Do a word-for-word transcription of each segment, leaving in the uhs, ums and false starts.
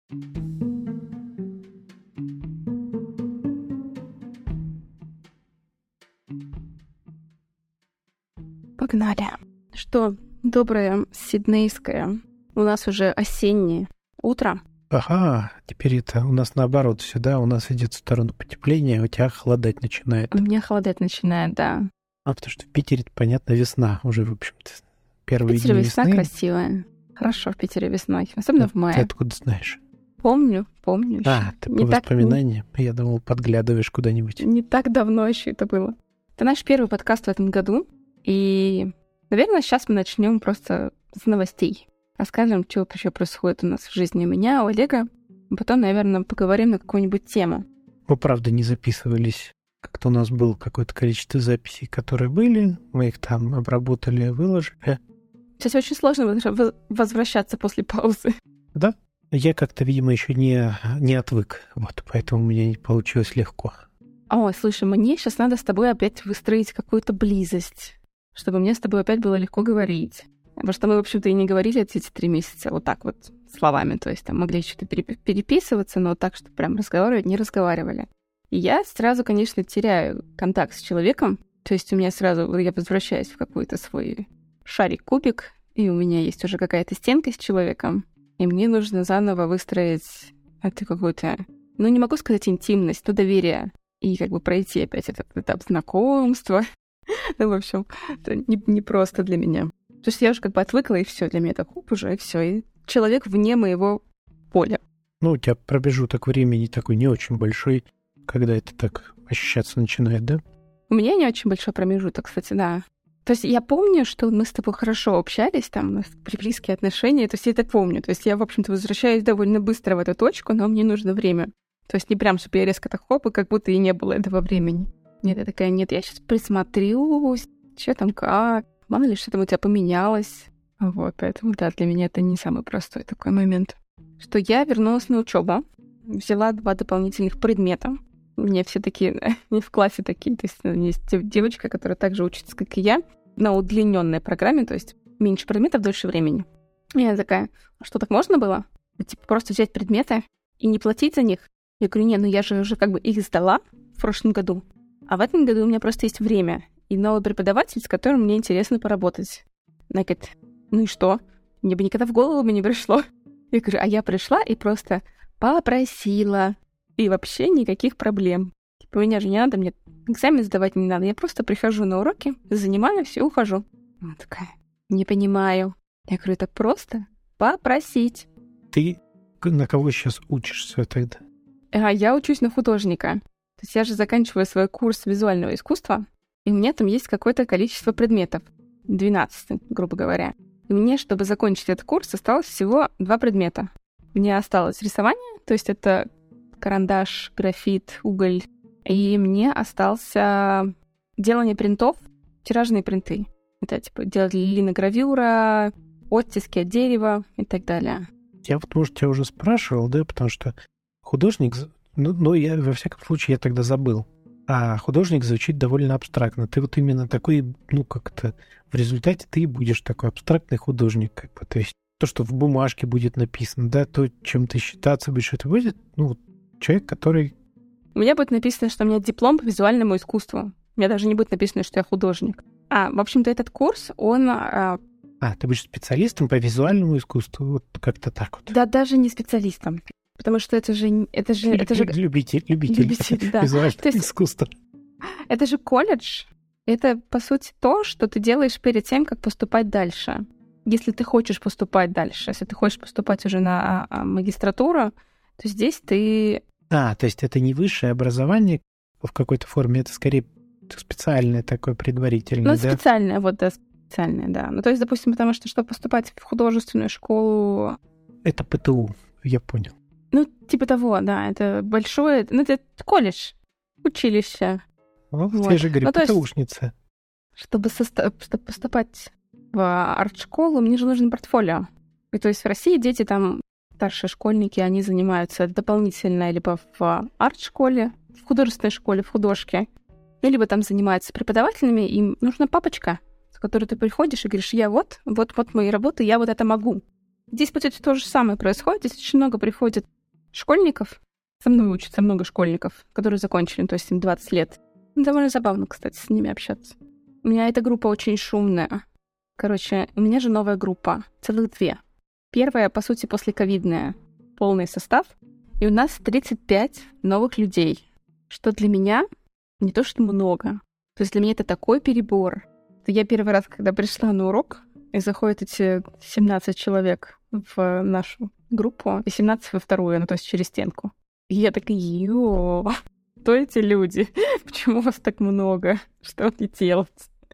Погнали. Что, доброе сиднейское, у нас уже осеннее утро. Ага, теперь это у нас наоборот все, да? У нас идет в сторону потепления, у тебя холодать начинает. У меня холодать начинает, да. А потому что в Питере, понятно, весна уже, в общем-то. Первые В Питере дни весна весны. красивая. Хорошо в Питере весной, особенно А в мае. Ты откуда знаешь? Помню, помню еще. А, ты по не так, воспоминаниям? Я думал, подглядываешь куда-нибудь. не так давно еще это было. Это наш первый подкаст в этом году. И, наверное, сейчас мы начнем просто с новостей. Расскажем, что вообще происходит у нас в жизни у меня, у Олега. А потом, наверное, поговорим на какую-нибудь тему. Мы, правда, не записывались. Как-то у нас было какое-то количество записей, которые были. Мы их там обработали, выложили. Сейчас очень сложно возвра- возвращаться после паузы. Да? Я как-то, видимо, еще не, не отвык. Вот, поэтому у меня не получилось легко. Ой, слушай, мне сейчас надо с тобой опять выстроить какую-то близость, чтобы мне с тобой опять было легко говорить. Потому что мы, в общем-то, и не говорили эти три месяца вот так вот словами. То есть там могли что-то переп- переписываться, но так, что прям разговаривать, не разговаривали. И я сразу, конечно, теряю контакт с человеком. То есть у меня сразу, я возвращаюсь в какой-то свой шарик-кубик, и у меня есть уже какая-то стенка с человеком, и мне нужно заново выстроить это какую-то, ну, не могу сказать интимность, но доверие, и как бы пройти опять этот этап знакомства. Ну, в общем, это не, не просто для меня. То есть я уже как бы отвыкла, и все для меня это хуп уже, и все. И человек вне моего поля. Ну, у тебя промежуток времени такой не очень большой, когда это так ощущаться начинает, да? У меня не очень большой промежуток, кстати, да. То есть я помню, что мы с тобой хорошо общались, там, у нас были близкие отношения, то есть я это помню. То есть я, в общем-то, возвращаюсь довольно быстро в эту точку, но мне нужно время. То есть не прям, чтобы я резко так хоп, и как будто и не было этого времени. Нет, я такая, нет, я сейчас присмотрюсь, что там как, мало ли что там у тебя поменялось. Вот, поэтому, да, для меня это не самый простой такой момент. Что я вернулась на учебу, взяла два дополнительных предмета. У меня все такие, не в классе такие, то есть есть девочка, которая также учится, как и я, на удлиненной программе, то есть меньше предметов, дольше времени. И я такая, а что, так можно было? Типа просто взять предметы и не платить за них? Я говорю, не, ну я же уже как бы их сдала в прошлом году, а в этом году у меня просто есть время и новый преподаватель, с которым мне интересно поработать. Она говорит, ну и что? Мне бы никогда в голову бы не пришло. Я говорю, а я пришла и просто попросила, и вообще никаких проблем. Типа, меня же не надо, мне экзамен сдавать не надо. Я просто прихожу на уроки, занимаюсь и ухожу. Она такая, не понимаю. Я говорю, так просто попросить. Ты на кого сейчас учишься тогда? А я учусь на художника. То есть я же заканчиваю свой курс визуального искусства, и у меня там есть какое-то количество предметов. двенадцать, грубо говоря. И мне, чтобы закончить этот курс, осталось всего два предмета. Мне осталось рисование, то есть это карандаш, графит, уголь. И мне остался делание принтов, тиражные принты. Это типа делать линогравюра, оттиски от дерева и так далее. Я вот, может, тебя уже спрашивал, да, потому что художник, ну, ну, я, во всяком случае, я тогда забыл. А художник звучит довольно абстрактно. Ты вот именно такой, ну, как-то в результате ты будешь такой абстрактный художник, как бы, то есть то, что в бумажке будет написано, да, то, чем ты считаться будешь, это будет, ну, человек, который... У меня будет написано, что у меня диплом по визуальному искусству. У меня даже не будет написано, что я художник. А, в общем-то, этот курс, он... А, а ты будешь специалистом по визуальному искусству, вот как-то так вот. Да, даже не специалистом. Потому что это же... Это же, Люб, это же... Любитель, любитель, любитель да. визуального есть, искусства. Это же колледж. Это, по сути, то, что ты делаешь перед тем, как поступать дальше. Если ты хочешь поступать дальше, если ты хочешь поступать уже на магистратуру, то здесь ты... А, то есть это не высшее образование в какой-то форме, это скорее специальное такое предварительное, ну, да? Ну, специальное, вот, да, специальное, да. Ну, то есть, допустим, потому что, чтобы поступать в художественную школу... Это ПТУ, я понял. Ну, типа того, да, это большое... Ну, это колледж, училище. Ну, вот. Я же говорю, ну, ПТУшница. Есть, чтобы, состо... чтобы поступать в арт-школу, мне же нужен портфолио. И то есть в России дети там... Старшие школьники, они занимаются дополнительно либо в арт-школе, в художественной школе, в художке, либо там занимаются преподавателями, им нужна папочка, с которой ты приходишь и говоришь, я вот, вот, вот мои работы, я вот это могу. Здесь, по сути, то же самое происходит. Здесь очень много приходит школьников. Со мной учатся много школьников, которые закончили, то есть им двадцать лет. Довольно забавно, кстати, с ними общаться. У меня эта группа очень шумная. Короче, у меня же новая группа. Целых две. Первая, по сути, послековидная. Полный состав. И у нас тридцать пять новых людей. Что для меня не то, что много. То есть для меня это такой перебор. Я первый раз, когда пришла на урок, и заходят эти семнадцать человек в нашу группу, и семнадцать во вторую, ну то есть через стенку. И я такая, ё, кто эти люди? Почему вас так много? Что мне делать?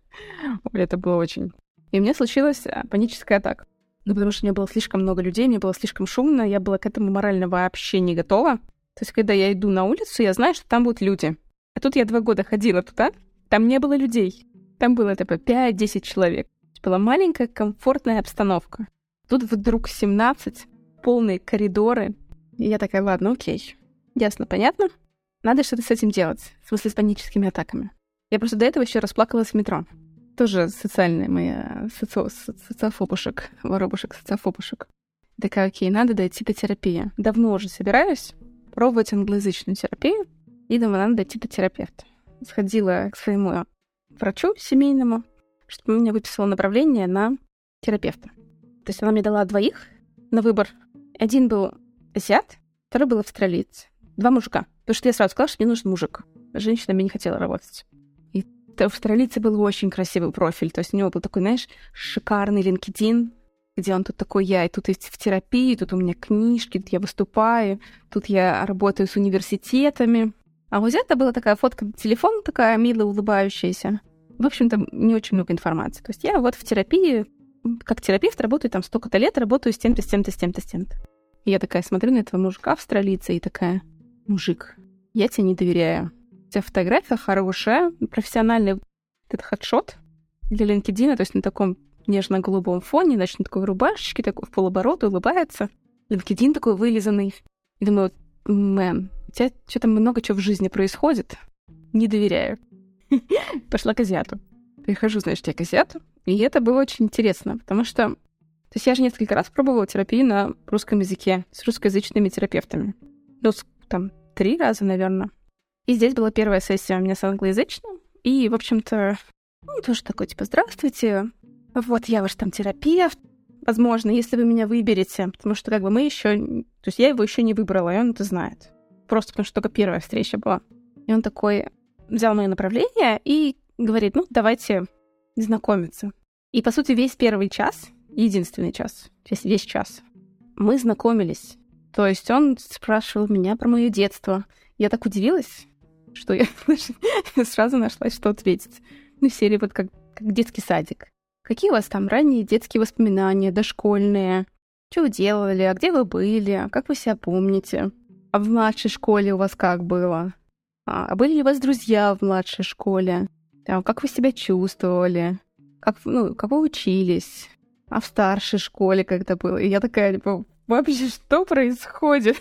Ой, это было очень... И у меня случилась паническая атака. Ну, потому что у меня было слишком много людей, мне было слишком шумно, я была к этому морально вообще не готова. То есть, когда я иду на улицу, я знаю, что там будут люди. А тут я два года ходила туда, там не было людей. Там было, типа, пять-десять человек. Была маленькая комфортная обстановка. Тут вдруг семнадцать, полные коридоры. И я такая, ладно, окей. Ясно, понятно. Надо что-то с этим делать. В смысле, с паническими атаками. Я просто до этого еще расплакалась в метро. Тоже социальная моя соци... социофобушек, воробушек, социофобушек. Такая, окей, надо дойти до терапии. Давно уже собираюсь пробовать англоязычную терапию. И думаю, надо дойти до терапевта. Сходила к своему врачу семейному, чтобы он мне выписал направление на терапевта. То есть она мне дала двоих на выбор. Один был азиат, второй был австралиец. Два мужика. Потому что я сразу сказала, что мне нужен мужик. Женщина мне не хотела работать. И у австралийца был очень красивый профиль. То есть у него был такой, знаешь, шикарный LinkedIn, где он тут такой, я и тут и в терапии, тут у меня книжки, тут я выступаю, тут я работаю с университетами. А у азиата была такая фотка, телефон такая мило улыбающаяся. В общем-то, не очень много информации. То есть я вот в терапии, как терапевт, работаю там столько-то лет, работаю с тем-то, с тем-то, с тем-то, с тем-то. И я такая смотрю на этого мужика австралийца и такая, мужик, я тебе не доверяю. У тебя фотография хорошая, профессиональный вот этот хедшот для LinkedIn, то есть на таком нежно-голубом фоне, значит, на такой рубашечке, такой в полоборота, улыбается. LinkedIn такой вылизанный. И думаю, мэн, у тебя что-то много чего в жизни происходит. Не доверяю. Пошла к азиату. Прихожу, значит, я к азиату. И это было очень интересно, потому что... То есть я же несколько раз пробовала терапию на русском языке с русскоязычными терапевтами. Ну, там, три раза, наверное. И здесь была первая сессия у меня с англоязычным. И, в общем-то, ну, тоже такой, типа, здравствуйте. Вот, я ваш там терапевт. Возможно, если вы меня выберете, потому что, как бы, мы еще... То есть я его еще не выбрала, и он это знает. Просто потому что только первая встреча была. И он такой... взял мое направление и говорит, ну, давайте знакомиться. И, по сути, весь первый час, единственный час, весь, весь час, мы знакомились. То есть он спрашивал меня про мое детство. Я так удивилась, что я сразу нашла, что ответить. Ну, в серии вот как, как детский садик. Какие у вас там ранние детские воспоминания, дошкольные? Что вы делали? А где вы были? Как вы себя помните? А в младшей школе у вас как было? А были ли у вас друзья в младшей школе? Там, как вы себя чувствовали? Как, ну, как вы учились? А в старшей школе как-то было? И я такая, типа, вообще, что происходит?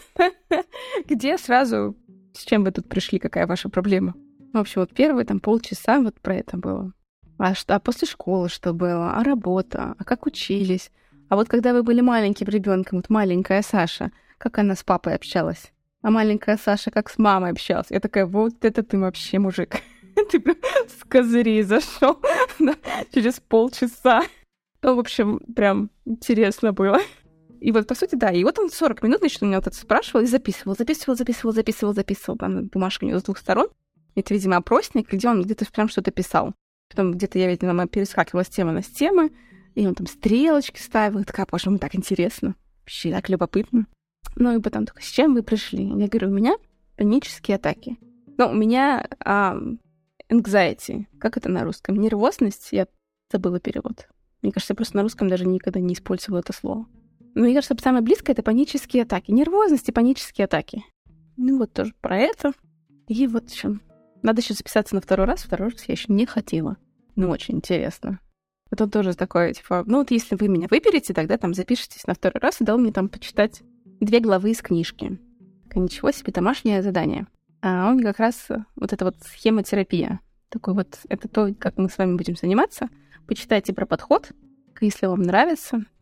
Где сразу... С чем вы тут пришли? Какая ваша проблема? В общем, вот первые там полчаса вот про это было. А, что, а после школы что было? А работа? А как учились? А вот когда вы были маленьким ребенком, вот маленькая Саша, как она с папой общалась? А маленькая Саша как с мамой общалась. Я такая, вот это ты вообще мужик. Ты с козырей зашел через полчаса. Ну, в общем, прям интересно было. И вот, по сути, да. И вот он сорок минут, значит, у меня вот это спрашивал и записывал, записывал, записывал, записывал, записывал. Там бумажка у него с двух сторон. Это, видимо, опросник, где он где-то прям что-то писал. Потом где-то я, видимо, перескакивала с темы на темы. И он там стрелочки ставил. И такая, боже, мне так интересно. Вообще так любопытно. Ну и потом только, с чем вы пришли? Я говорю, у меня панические атаки. Ну, у меня а, anxiety. Как это на русском? Нервозность? Я забыла перевод. Мне кажется, я просто на русском даже никогда не использовала это слово. Но мне кажется, самое близкое — это панические атаки. Нервозность и панические атаки. Ну вот тоже про это. И вот еще. Надо еще записаться на второй раз. Второй раз я еще не хотела. Ну, очень интересно. Вот он тоже такой, типа, ну вот если вы меня выберете, тогда там запишитесь на второй раз и дал мне там почитать две главы из книжки. Ничего себе, домашнее задание. А он как раз вот эта вот схемотерапия. Такой вот, это то, как мы с вами будем заниматься. Почитайте про подход. Если вам нравится,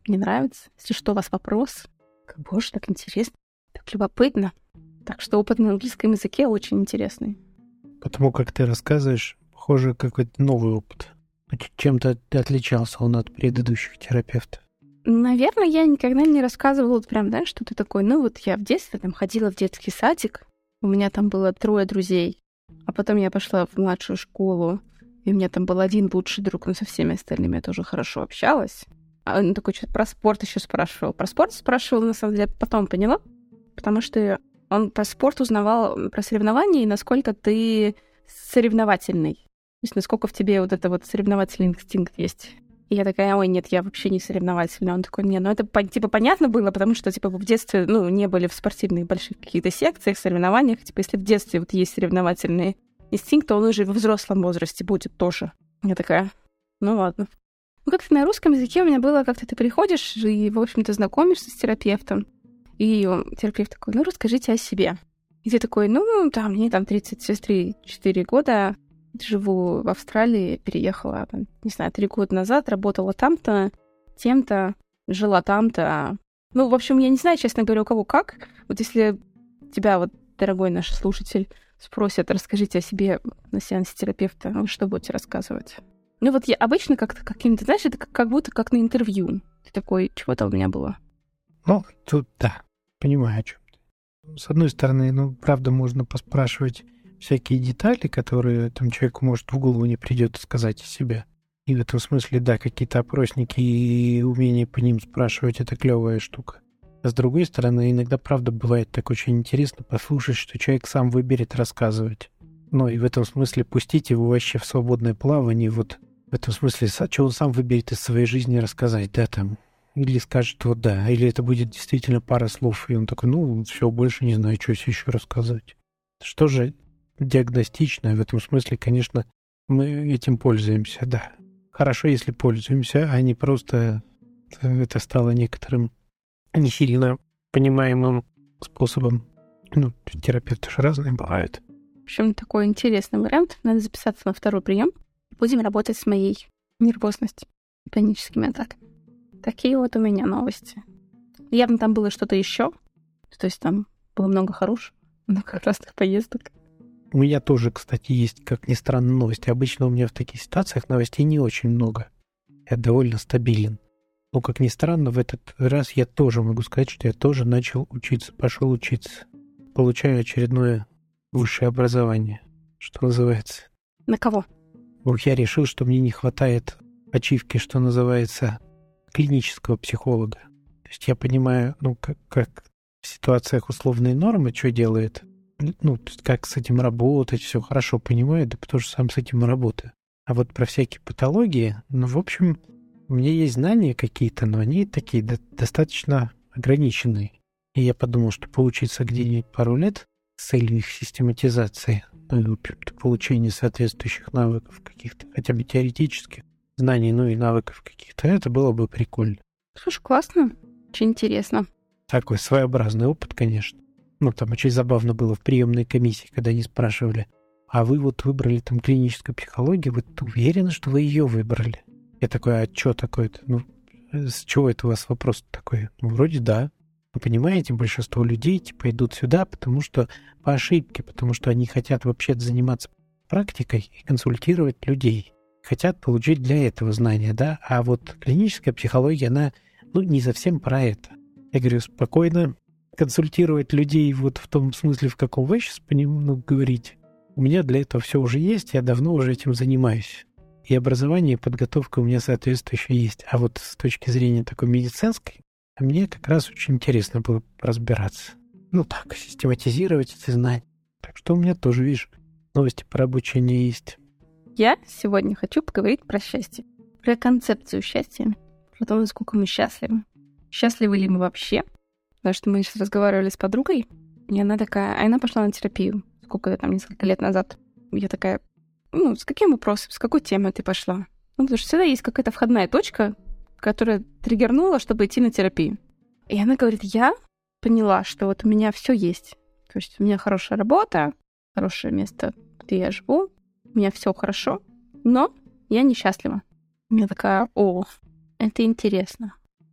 мне нравится. Если что, у вас вопрос, как, боже, так интересно, так любопытно. Так что опыт на английском языке очень интересный. Потому как ты рассказываешь, похоже, какой-то новый опыт. Чем-то отличался он от предыдущих терапевтов. Наверное, я никогда не рассказывала вот прям, да, что ты такой, ну вот я в детстве там ходила в детский садик, у меня там было трое друзей, а потом я пошла в младшую школу, и у меня там был один лучший друг, но со всеми остальными я тоже хорошо общалась. А он такой что-то про спорт еще спрашивал. Про спорт спрашивал, на самом деле, потом поняла, потому что он про спорт узнавал, про соревнования, и насколько ты соревновательный. То есть насколько в тебе вот это вот соревновательный инстинкт есть. И я такая, ой, нет, я вообще не соревновательная. Он такой, нет, ну это типа понятно было, потому что типа в детстве, ну, не были в спортивных больших каких-то секциях, соревнованиях. Типа если в детстве вот есть соревновательный инстинкт, то он уже во взрослом возрасте будет тоже. Я такая, ну ладно. Ну как-то на русском языке у меня было, как-то ты приходишь и, в общем-то, знакомишься с терапевтом. И он, терапевт такой, ну расскажите о себе. И ты такой, ну, там, мне там тридцать четыре года, живу в Австралии, переехала, там, не знаю, три года назад, работала там-то, тем-то, жила там-то. Ну, в общем, я не знаю, честно говоря, у кого как. Вот если тебя, вот, дорогой наш слушатель, спросят, расскажите о себе на сеансе терапевта, вы что будете рассказывать? Ну, вот я обычно как-то каким-то, знаешь, это как, как будто как на интервью. Ты такой, чего-то у меня было. Ну, тут да, понимаю, о чем ты. С одной стороны, ну, правда, можно поспрашивать всякие детали, которые там человеку, может, в голову не придет сказать о себе. И в этом смысле, да, какие-то опросники и умение по ним спрашивать — это клевая штука. А с другой стороны, иногда, правда, бывает так очень интересно послушать, что человек сам выберет рассказывать. Ну, и в этом смысле пустить его вообще в свободное плавание, вот в этом смысле, что он сам выберет из своей жизни рассказать, да, там. Или скажет, вот да, или это будет действительно пара слов, и он такой, ну, все, больше не знаю, что еще рассказать. Что же диагностичное в этом смысле, конечно, мы этим пользуемся, да. Хорошо, если пользуемся, а не просто это стало некоторым не сильно понимаемым способом. Ну, терапевты же разные бывают. В общем, такой интересный вариант. Надо записаться на второй прием. Будем работать с моей нервозностью, паническими атаками. Такие вот у меня новости. Явно там было что-то еще. То есть там было много хороших, много разных поездок. У меня тоже, кстати, есть, как ни странно, новости. Обычно у меня в таких ситуациях новостей не очень много. Я довольно стабилен. Но, как ни странно, в этот раз я тоже могу сказать, что я тоже начал учиться, пошел учиться. Получаю очередное высшее образование, что называется. На кого? Вот я решил, что мне не хватает ачивки, что называется, клинического психолога. То есть я понимаю, ну, как, как в ситуациях условной нормы, что делает, ну, то есть как с этим работать, все хорошо понимаю, да потому что сам с этим и работаю. А вот про всякие патологии, ну, в общем, у меня есть знания какие-то, но они такие до- достаточно ограниченные. И я подумал, что поучиться где-нибудь пару лет с целью их систематизации, ну, и, в общем-то, получения соответствующих навыков каких-то, хотя бы теоретических знаний, ну и навыков каких-то, это было бы прикольно. Слушай, классно. Очень интересно. Такой своеобразный опыт, конечно. Ну, там очень забавно было в приемной комиссии, когда они спрашивали, а вы вот выбрали там клиническую психологию, вы уверены, что вы ее выбрали? Я такой, а что такое-то? Ну, с чего это у вас вопрос такой? Ну, вроде да. Вы понимаете, большинство людей типа идут сюда, потому что по ошибке, потому что они хотят вообще заниматься практикой и консультировать людей. Хотят получить для этого знания, да? А вот клиническая психология, она, ну, не совсем про это. Я говорю, спокойно консультировать людей вот в том смысле, в каком вы сейчас по ним, ну, говорите. У меня для этого все уже есть, я давно уже этим занимаюсь. И образование, и подготовка у меня соответствующая есть. А вот с точки зрения такой медицинской, мне как раз очень интересно было разбираться. Ну так, систематизировать эти знания. Так что у меня тоже, видишь, новости про обучение есть. Я сегодня хочу поговорить про счастье. Про концепцию счастья. Про то, насколько мы счастливы. Счастливы ли мы вообще? Потому что мы сейчас разговаривали с подругой, и она такая... А она пошла на терапию. Сколько-то там, несколько лет назад. Я такая... Ну, с каким вопросом, с какой темой ты пошла? Ну, потому что всегда есть какая-то входная точка, которая триггернула, чтобы идти на терапию. И она говорит, я поняла, что вот у меня все есть. То есть у меня хорошая работа, хорошее место, где я живу, у меня все хорошо, но я несчастлива. Я такая, о, это интересно.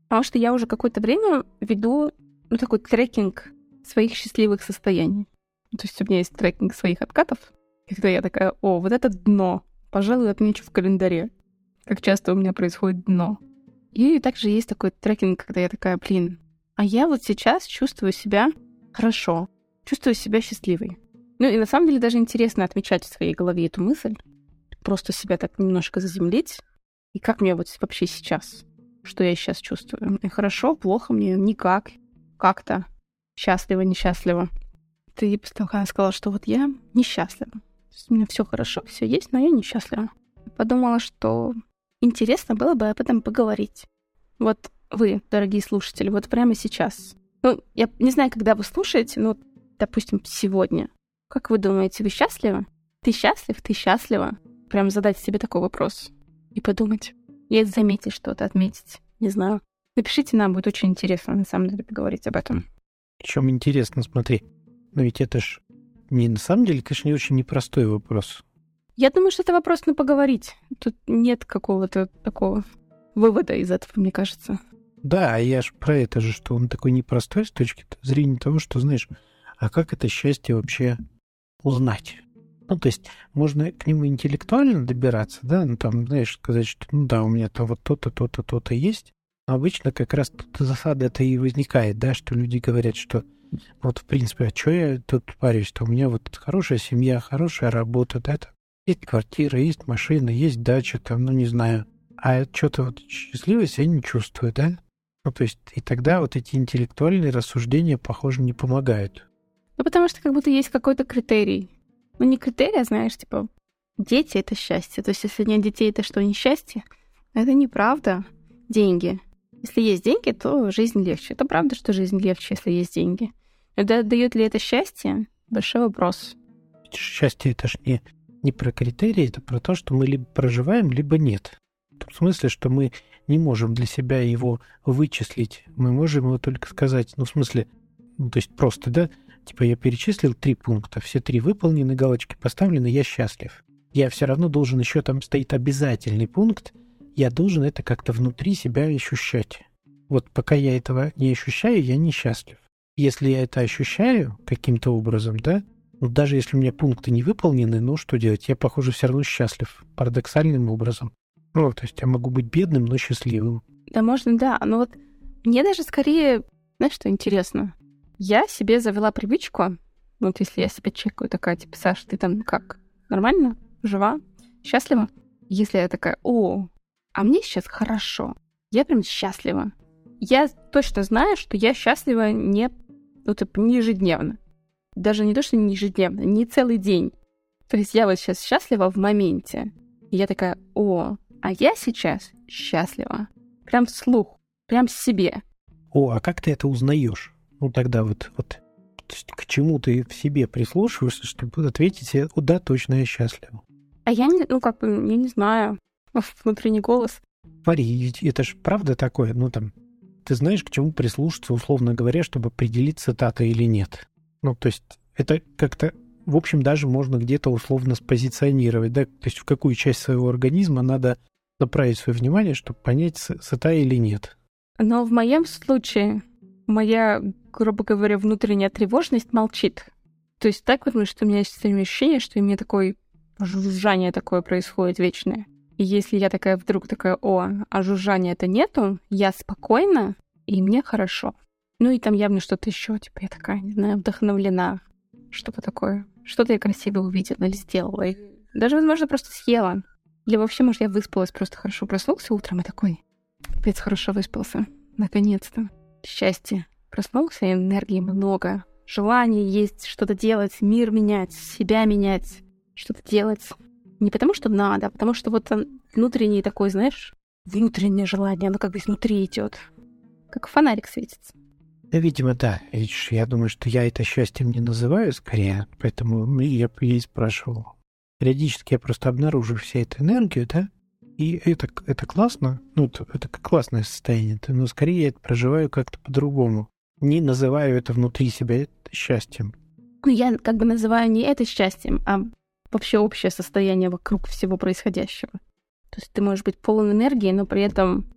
Потому что я уже какое-то время веду, ну, такой трекинг своих счастливых состояний. То есть у меня есть трекинг своих откатов, когда я такая: о, вот это дно, пожалуй, отмечу в календаре, как часто у меня происходит дно. И также есть такой трекинг, когда я такая: блин, а я вот сейчас чувствую себя хорошо, чувствую себя счастливой. Ну и на самом деле даже интересно отмечать в своей голове эту мысль, просто себя так немножко заземлить, и как мне вот вообще сейчас, что я сейчас чувствую. Мне хорошо, плохо, мне никак, как-то, счастливо, несчастливо. Ты постоянно сказала, что вот я несчастлива. То есть у меня все хорошо, все есть, но я несчастлива. Подумала, что интересно было бы об этом поговорить. Вот вы, дорогие слушатели, вот прямо сейчас. Ну, я не знаю, когда вы слушаете, но, допустим, сегодня. Как вы думаете, вы счастливы? Ты счастлив? Ты счастлива? Прям задать себе такой вопрос и подумать. И заметить что-то, отметить. Не знаю. Напишите нам, будет очень интересно, на самом деле, поговорить об этом. Причем интересно, смотри. Но ведь это ж не на самом деле, конечно, не очень непростой вопрос. Я думаю, что это вопрос на поговорить. Тут нет какого-то такого вывода из этого, мне кажется. Да, я ж про это же, что он такой непростой с точки зрения того, что, знаешь, а как это счастье вообще узнать? Ну, то есть можно к нему интеллектуально добираться, да, ну, там, знаешь, сказать, что, ну, да, у меня-то вот то-то, то-то, то-то есть. Но обычно как раз тут засада-то и возникает, да, что люди говорят, что вот, в принципе, а что я тут парюсь-то? У меня вот хорошая семья, хорошая работа, да, там есть квартира, есть машина, есть дача, там, ну, не знаю. А что-то вот счастливой себя не чувствую, да? Ну, то есть, и тогда вот эти интеллектуальные рассуждения, похоже, не помогают. Ну, потому что как будто есть какой-то критерий. Ну, не критерий, а, знаешь, типа, дети — это счастье. То есть, если нет детей, это что, несчастье? Это неправда. Деньги. Если есть деньги, то жизнь легче. Это правда, что жизнь легче, если есть деньги. Но дает ли это счастье? Большой вопрос. Счастье — это ж не, не про критерии, это про то, что мы либо проживаем, либо нет. В том смысле, что мы не можем для себя его вычислить. Мы можем его только сказать, ну, в смысле, ну, то есть просто, да, типа я перечислил три пункта, все три выполнены, галочки поставлены, я счастлив. Я все равно должен, еще там стоит обязательный пункт, я должен это как-то внутри себя ощущать. Вот пока я этого не ощущаю, я несчастлив. Если я это ощущаю каким-то образом, да, ну, даже если у меня пункты не выполнены, ну, что делать? Я, похоже, все равно счастлив парадоксальным образом. Ну, то есть я могу быть бедным, но счастливым. Да, можно, да. Но вот мне даже скорее, знаешь, что интересно? Я себе завела привычку, вот если я себя чекаю, такая, типа, Саша, ты там как? Нормально? Жива? Счастлива? Если я такая: о, а мне сейчас хорошо. Я прям счастлива. Я точно знаю, что я счастлива не, ну, типа, не ежедневно. Даже не то, что не ежедневно, не целый день. То есть я вот сейчас счастлива в моменте. И я такая: о, а я сейчас счастлива. Прям вслух, прям себе. О, а как ты это узнаешь? Ну, тогда вот, вот то есть к чему ты в себе прислушиваешься, чтобы ответить себе: о, да, точно, я счастлива. А я, не, ну, как бы, я не знаю. Внутренний голос. Смотри, это же правда такое, ну, там, ты знаешь, к чему прислушаться, условно говоря, чтобы определить, цитата или нет. Ну, то есть это как-то, в общем, даже можно где-то условно спозиционировать, да, то есть в какую часть своего организма надо направить свое внимание, чтобы понять, цитата или нет. Но в моем случае моя, грубо говоря, внутренняя тревожность молчит. То есть так вот, что у меня есть ощущение, что у меня такое жужжание такое происходит вечное. И если я такая вдруг такая: о, а жужжания-то нету, я спокойна, и мне хорошо. Ну и там явно что-то еще, типа я такая, не знаю, вдохновлена. Что-то такое. Что-то я красиво увидела или сделала. И даже, возможно, просто съела. Или вообще, может, я выспалась, просто хорошо проснулся утром и такой: опять хорошо выспался. Наконец-то. Счастье. Проснулся, энергии много. Желание есть что-то делать, мир менять, себя менять, что-то делать. Не потому, что надо, а потому что вот он внутренний такой, знаешь, внутреннее желание, оно как бы изнутри идет. Как фонарик светится. Да, видимо, да. Видишь, я думаю, что я это счастьем не называю скорее, поэтому я и спрашивал. Периодически я просто обнаружу всю эту энергию, да, и это, это классно, ну, это, это классное состояние, но скорее я это проживаю как-то по-другому. Не называю это внутри себя счастьем. Ну, я как бы называю не это счастьем, а вообще общее состояние вокруг всего происходящего. То есть ты можешь быть полон энергии, но при этом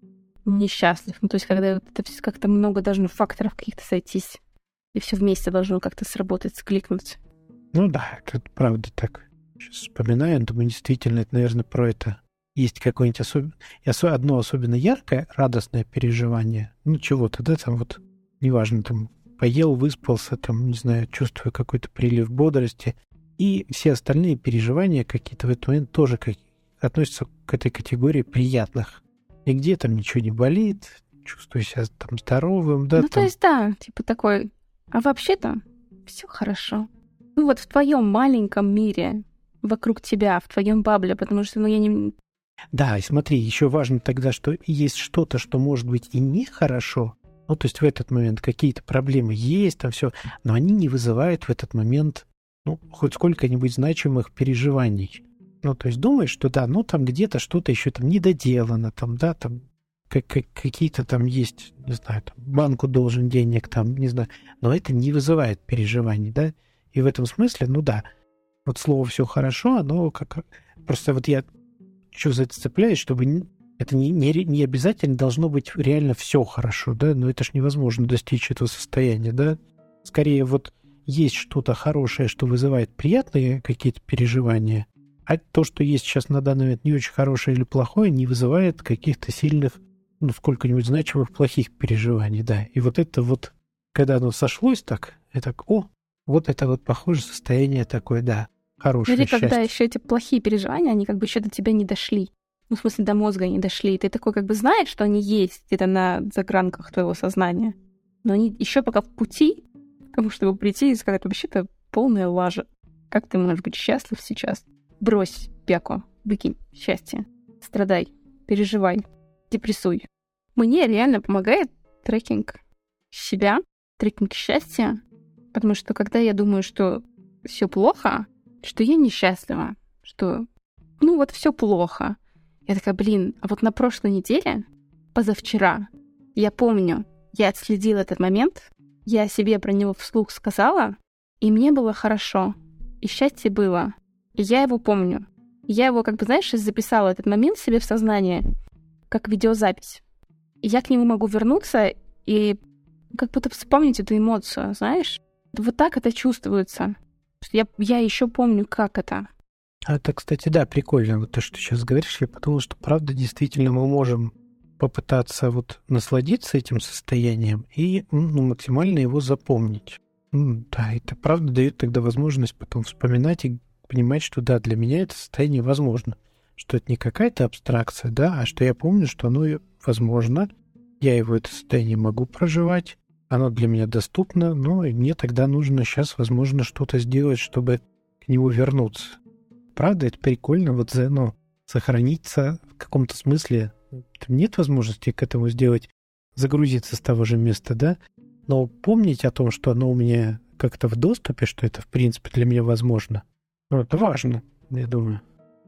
несчастлив. Ну, то есть, когда вот это всё как-то много должно факторов каких-то сойтись, и все вместе должно как-то сработать, скликнуть. Ну да, это правда так. Сейчас вспоминаю, думаю, действительно, это, наверное, про это. Есть какое-нибудь особ... осо- одно особенно яркое, радостное переживание. Ну, чего-то, да, там вот, неважно, там, поел, выспался, там, не знаю, чувствую какой-то прилив бодрости. И все остальные переживания какие-то в этот момент тоже как... относятся к этой категории приятных. Нигде там ничего не болит, чувствую себя там здоровым, да. Ну, там... то есть, да, типа такой, а вообще-то все хорошо. Ну, вот в твоем маленьком мире, вокруг тебя, в твоем бабле, потому что, ну, я не... Да, и смотри, еще важно тогда, что есть что-то, что может быть и нехорошо. Ну, то есть в этот момент какие-то проблемы есть, там все, но они не вызывают в этот момент, ну, хоть сколько-нибудь значимых переживаний. Ну, то есть думаешь, что да, ну, там где-то что-то еще там недоделано, там, да, там как, как, какие-то там есть, не знаю, там, банку должен денег, там, не знаю, но это не вызывает переживаний, да, и в этом смысле, ну, да, вот слово «все хорошо», оно как... Просто вот я что зацепляюсь, чтобы не... это не, не, не обязательно должно быть реально все хорошо, да, но это ж невозможно достичь этого состояния, да. Скорее вот есть что-то хорошее, что вызывает приятные какие-то переживания, а то, что есть сейчас на данный момент не очень хорошее или плохое, не вызывает каких-то сильных, ну, сколько-нибудь значимых плохих переживаний, да. И вот это вот, когда оно сошлось так, я так, о, вот это вот похоже состояние такое, да, хорошее Или счастье. когда еще эти плохие переживания, они как бы еще до тебя не дошли. Ну, в смысле, до мозга не дошли. И ты такой как бы знаешь, что они есть где-то на загранках твоего сознания. Но они еще пока в пути к тому, чтобы прийти и сказать, вообще-то полная лажа. Как ты можешь быть счастлив сейчас? Брось пеку, выкинь счастье. Страдай, переживай, депрессуй. Мне реально помогает трекинг себя, трекинг счастья. Потому что когда я думаю, что все плохо, что я несчастлива, что ну вот все плохо, я такая, блин, а вот на прошлой неделе, позавчера, я помню, я отследила этот момент, я себе про него вслух сказала, и мне было хорошо, и счастье было, и я его помню. Я его, как бы, знаешь, записала этот момент себе в сознание, как видеозапись. И я к нему могу вернуться и как будто вспомнить эту эмоцию, знаешь? Вот так это чувствуется. Я, я еще помню, как это. А это, кстати, да, прикольно, вот то, что ты сейчас говоришь. Я подумал, что, правда, действительно мы можем попытаться вот насладиться этим состоянием и ну, максимально его запомнить. Ну, да, это, правда, дает тогда возможность потом вспоминать и понимать, что, да, для меня это состояние возможно. Что это не какая-то абстракция, да, а что я помню, что оно возможно. Я его, это состояние, могу проживать. Оно для меня доступно, но мне тогда нужно сейчас, возможно, что-то сделать, чтобы к нему вернуться. Правда, это прикольно, вот ну, сохраниться в каком-то смысле. Нет возможности к этому сделать, загрузиться с того же места, да? Но помнить о том, что оно у меня как-то в доступе, что это, в принципе, для меня возможно, ну, это важно, я думаю.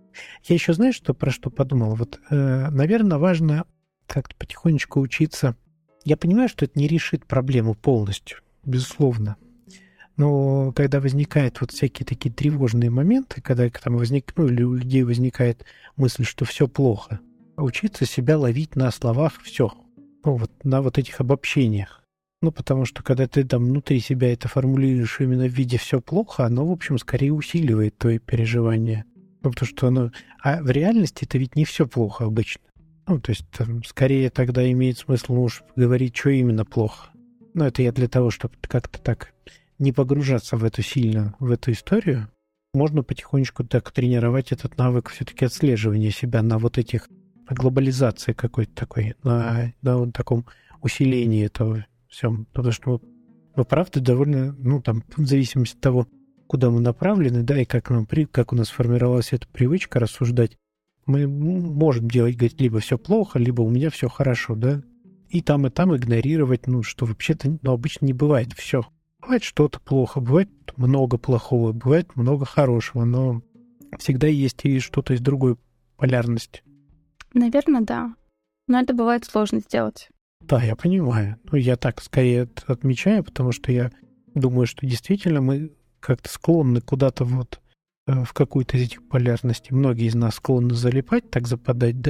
Я еще, знаешь, что, про что подумал? Вот, э, наверное, важно как-то потихонечку учиться. Я понимаю, что это не решит проблему полностью, безусловно. Но когда возникают вот всякие такие тревожные моменты, когда там возник, ну, или у людей возникает мысль, что все плохо, учиться себя ловить на словах все, ну, вот на вот этих обобщениях. Ну, потому что когда ты там внутри себя это формулируешь именно в виде все плохо, оно, в общем, скорее усиливает твои переживания. Ну, потому что оно... А в реальности это ведь не все плохо обычно. Ну, то есть, там, скорее тогда имеет смысл, ну, уж говорить, что именно плохо. Но это я для того, чтобы как-то так не погружаться в эту сильно, в эту историю. Можно потихонечку так тренировать этот навык все-таки отслеживания себя на вот этих... на глобализации какой-то такой, на, на вот таком усилении этого всем. Потому что мы, мы, правда, довольно, ну, там, в зависимости от того, куда мы направлены, да, и как, нам, как у нас формировалась эта привычка рассуждать, мы можем делать, говорить, либо все плохо, либо у меня все хорошо, да, и там, и там игнорировать, ну, что вообще-то, ну, обычно не бывает все. Бывает что-то плохо, бывает много плохого, бывает много хорошего, но всегда есть и что-то из другой полярности. Наверное, да. Но это бывает сложно сделать. Да, я понимаю. Ну, я так скорее отмечаю, потому что я думаю, что действительно мы как-то склонны куда-то вот э, в какую-то из этих полярностей. Многие из нас склонны залипать, так западать, да?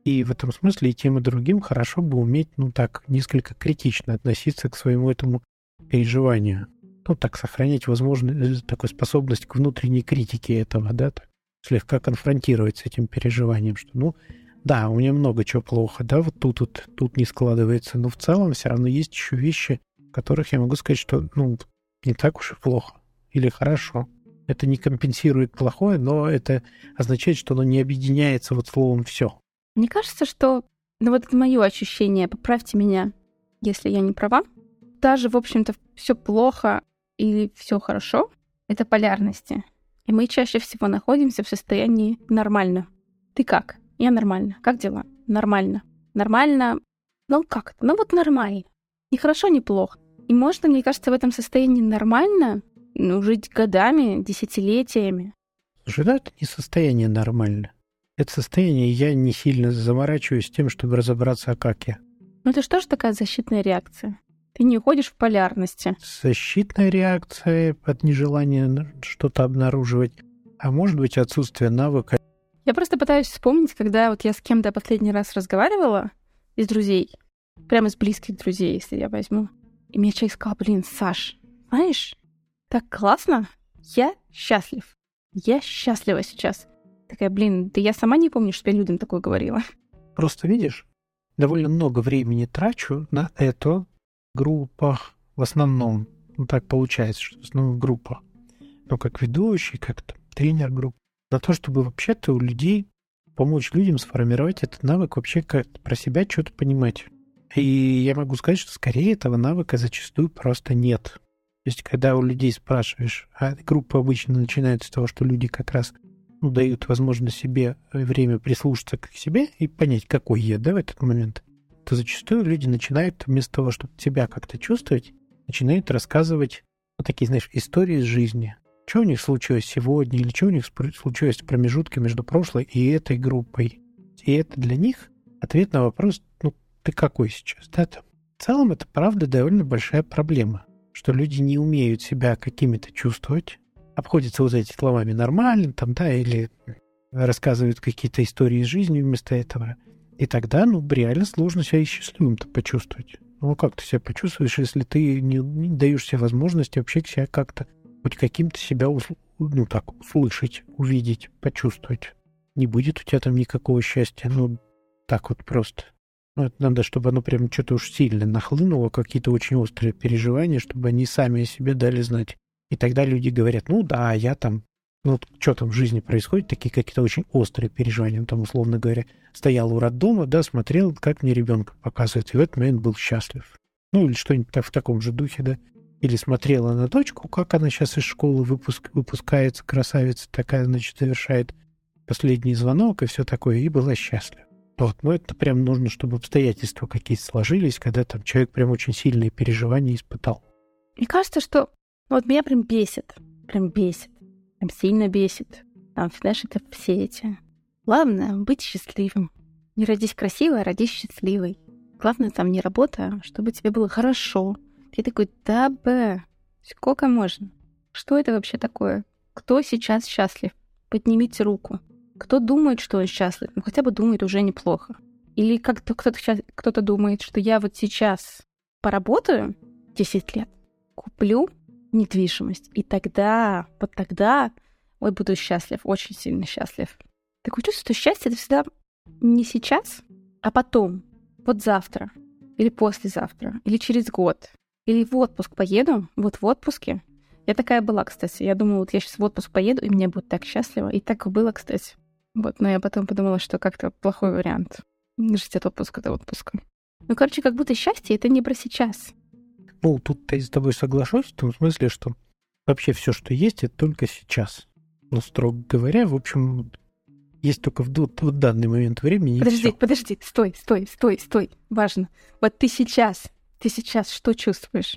И в этом смысле и тем, и другим хорошо бы уметь, ну так, несколько критично относиться к своему этому переживанию. Ну так, сохранять возможность, такую способность к внутренней критике этого, да, так, слегка конфронтировать с этим переживанием, что, ну, да, у меня много чего плохо, да, вот тут, тут, тут не складывается, но в целом все равно есть еще вещи, в которых я могу сказать, что, ну, не так уж и плохо или хорошо. Это не компенсирует плохое, но это означает, что оно не объединяется вот словом «все». Мне кажется, что, ну вот это мое ощущение, поправьте меня, если я не права, даже, в общем-то, все плохо или все хорошо, это полярности. И мы чаще всего находимся в состоянии нормально. Ты как? Я нормально. Как дела? Нормально. Нормально. Ну как-то. Ну вот нормально. Ни хорошо, ни плохо. И можно, мне кажется, в этом состоянии нормально, ну, жить годами, десятилетиями. Слушай, да, это не состояние нормально. Это состояние, я не сильно заморачиваюсь тем, чтобы разобраться, а как я. Ну это что ж такая защитная реакция? Ты не уходишь в полярности. Защитная реакция от нежелания что-то обнаруживать, а может быть отсутствие навыка. Я просто пытаюсь вспомнить, когда вот я с кем-то последний раз разговаривала из друзей, прямо из близких друзей, если я возьму. И мне человек сказал: блин, Саш, знаешь, так классно, я счастлив. Я счастлива сейчас. Такая, блин, да я сама не помню, что я людям такое говорила. Просто видишь, довольно много времени трачу на это в группах, в основном. Ну, так получается, что в основном в группах. Ну, как ведущий, как тренер групп. На то, чтобы вообще-то у людей помочь людям сформировать этот навык, вообще как про себя что-то понимать. И я могу сказать, что скорее этого навыка зачастую просто нет. То есть, когда у людей спрашиваешь, а группа обычно начинается с того, что люди как раз ну, дают возможность себе время прислушаться к себе и понять, какой я, да, в этот момент, то зачастую люди начинают, вместо того, чтобы себя как-то чувствовать, начинают рассказывать вот такие, знаешь, истории из жизни. Что у них случилось сегодня, или что у них случилось в промежутке между прошлой и этой группой. И это для них ответ на вопрос, ну, ты какой сейчас, да, там. В целом, это, правда, довольно большая проблема, что люди не умеют себя какими-то чувствовать, обходятся вот этими словами нормально, там, да, или рассказывают какие-то истории из жизни вместо этого. И тогда, ну, реально сложно себя и счастливым-то почувствовать. Ну, как ты себя почувствуешь, если ты не, не даешь себе возможности вообще себя как-то, хоть каким-то себя, ну, так, услышать, увидеть, почувствовать. Не будет у тебя там никакого счастья, ну, так вот просто. Ну, это надо, чтобы оно прям что-то уж сильно нахлынуло, какие-то очень острые переживания, чтобы они сами о себе дали знать. И тогда люди говорят, ну да, я там, ну что там в жизни происходит, такие какие-то очень острые переживания. Ну, там, условно говоря, стоял у роддома, да, смотрел, как мне ребенка показывают, и в этот момент был счастлив. Ну, или что-нибудь в таком же духе, да. Или смотрела на дочку, как она сейчас из школы выпуск, выпускается, красавица такая, значит, совершает последний звонок и все такое, и была счастлива. Вот, ну это прям нужно, чтобы обстоятельства какие-то сложились, когда там человек прям очень сильные переживания испытал. Мне кажется, что вот меня прям бесит, прям бесит, прям сильно бесит. Там, знаешь, это все эти. Главное — быть счастливым. Не родись красивой, а родись счастливой. Главное там не работа, а чтобы тебе было хорошо. Ты такой, да бэ, сколько можно? Что это вообще такое? Кто сейчас счастлив? Поднимите руку. Кто думает, что он счастлив? Ну, хотя бы думает уже неплохо. Или как-то кто-то, кто-то думает, что я вот сейчас поработаю десять лет, куплю недвижимость, и тогда, вот тогда, ой, буду счастлив, очень сильно счастлив. Такое чувство, что счастье — это всегда не сейчас, а потом. Вот завтра, или послезавтра, или через год. Или в отпуск поеду, вот в отпуске. Я такая была, кстати. Я думала, вот я сейчас в отпуск поеду, и мне будет так счастливо. И так было, кстати. Вот, но я потом подумала, что как-то плохой вариант. Жить от отпуска до отпуска. Ну, короче, как будто счастье — это не про сейчас. Ну, тут-то я с тобой соглашусь, в том смысле, что вообще все, что есть, это только сейчас. Ну, строго говоря, в общем, есть только в, в данный момент времени. Подожди, и всё. подожди, стой, стой, стой, стой. Важно. Вот ты сейчас, ты сейчас что чувствуешь?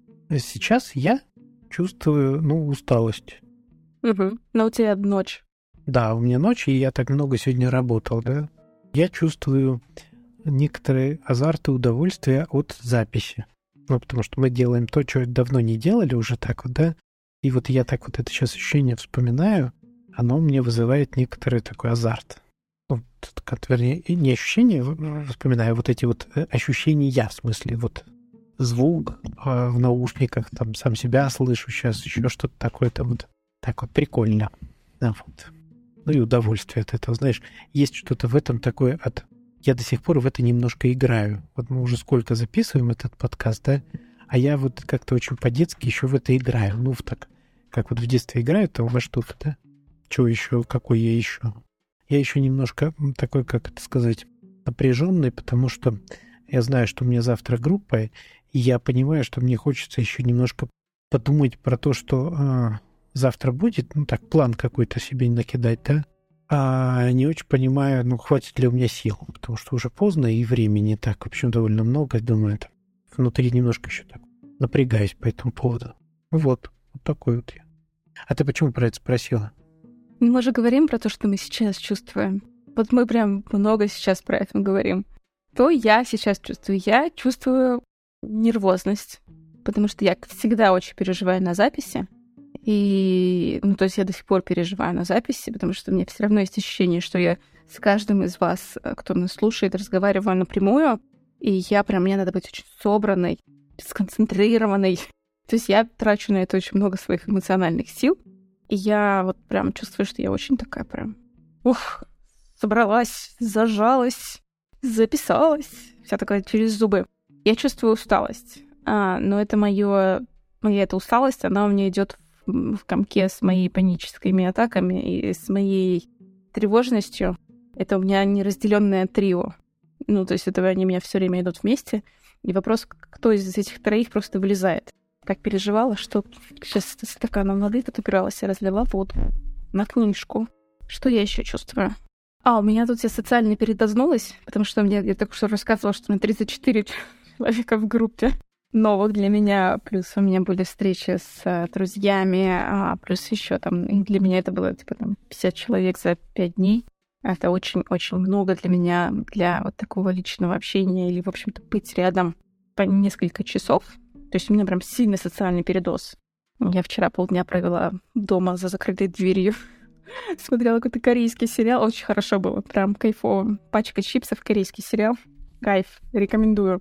Сейчас я чувствую, ну, усталость. Угу. Но у тебя ночь. Да, у меня ночь, и я так много сегодня работал, да. Я чувствую некоторые азарты удовольствия от записи. Ну, потому что мы делаем то, что давно не делали уже так вот, да. И вот я так вот это сейчас ощущение вспоминаю, оно мне вызывает некоторый такой азарт. ну, как, вернее, не ощущения, вспоминаю вот эти вот ощущения, в смысле, вот звук э, в наушниках, там, сам себя слышу сейчас, еще что-то такое-то вот, так вот прикольно. Да, вот. Ну и удовольствие от этого, знаешь, есть что-то в этом такое от... Я до сих пор в это немножко играю. Вот мы уже сколько записываем этот подкаст, да, а я вот как-то очень по-детски еще в это играю. Ну, в так, как вот в детстве играют, там во что-то, да? Чего еще, какой я еще? Я еще немножко такой, как это сказать, напряженный, потому что я знаю, что у меня завтра группа, и я понимаю, что мне хочется еще немножко подумать про то, что а, завтра будет, ну так, план какой-то себе накидать, да? А не очень понимаю, ну, хватит ли у меня сил, потому что уже поздно, и времени так, в общем, довольно много, думаю, это внутри немножко еще так напрягаюсь по этому поводу. Вот, вот такой вот я. А ты почему про это спросила? Мы же говорим про то, что мы сейчас чувствуем. Вот мы прям много сейчас про это говорим. То я сейчас чувствую? Я чувствую нервозность, потому что я всегда очень переживаю на записи. И, ну, то есть я до сих пор переживаю на записи, потому что у меня все равно есть ощущение, что я с каждым из вас, кто нас слушает, разговариваю напрямую, и я прям, мне надо быть очень собранной, сконцентрированной. То есть я трачу на это очень много своих эмоциональных сил, и я вот прям чувствую, что я очень такая прям, ух, собралась, зажалась, записалась, вся такая через зубы. Я чувствую усталость, а, но это моё, моя эта усталость, она у меня идет в комке с моими паническими атаками и с моей тревожностью. Это у меня неразделенное трио. Ну, то есть это они у меня все время идут вместе. И вопрос, кто из этих троих просто вылезает. Как переживала, что сейчас стаканом воды тут упиралась и разлила воду на книжку. Что я еще чувствую? А, у меня тут я социально передознулась, потому что мне, я только что рассказывала, что у меня тридцать четыре человека в группе. Новых для меня, плюс у меня были встречи с а, друзьями, а плюс еще там, для меня это было типа там пятьдесят человек за пять дней. Это очень-очень много для меня, для вот такого личного общения или, в общем-то, быть рядом по несколько часов. То есть у меня прям сильный социальный передоз. Я вчера полдня провела дома за закрытой дверью. Смотрела какой-то корейский сериал. Очень хорошо было, прям кайфово. Пачка чипсов, корейский сериал. Кайф, рекомендую.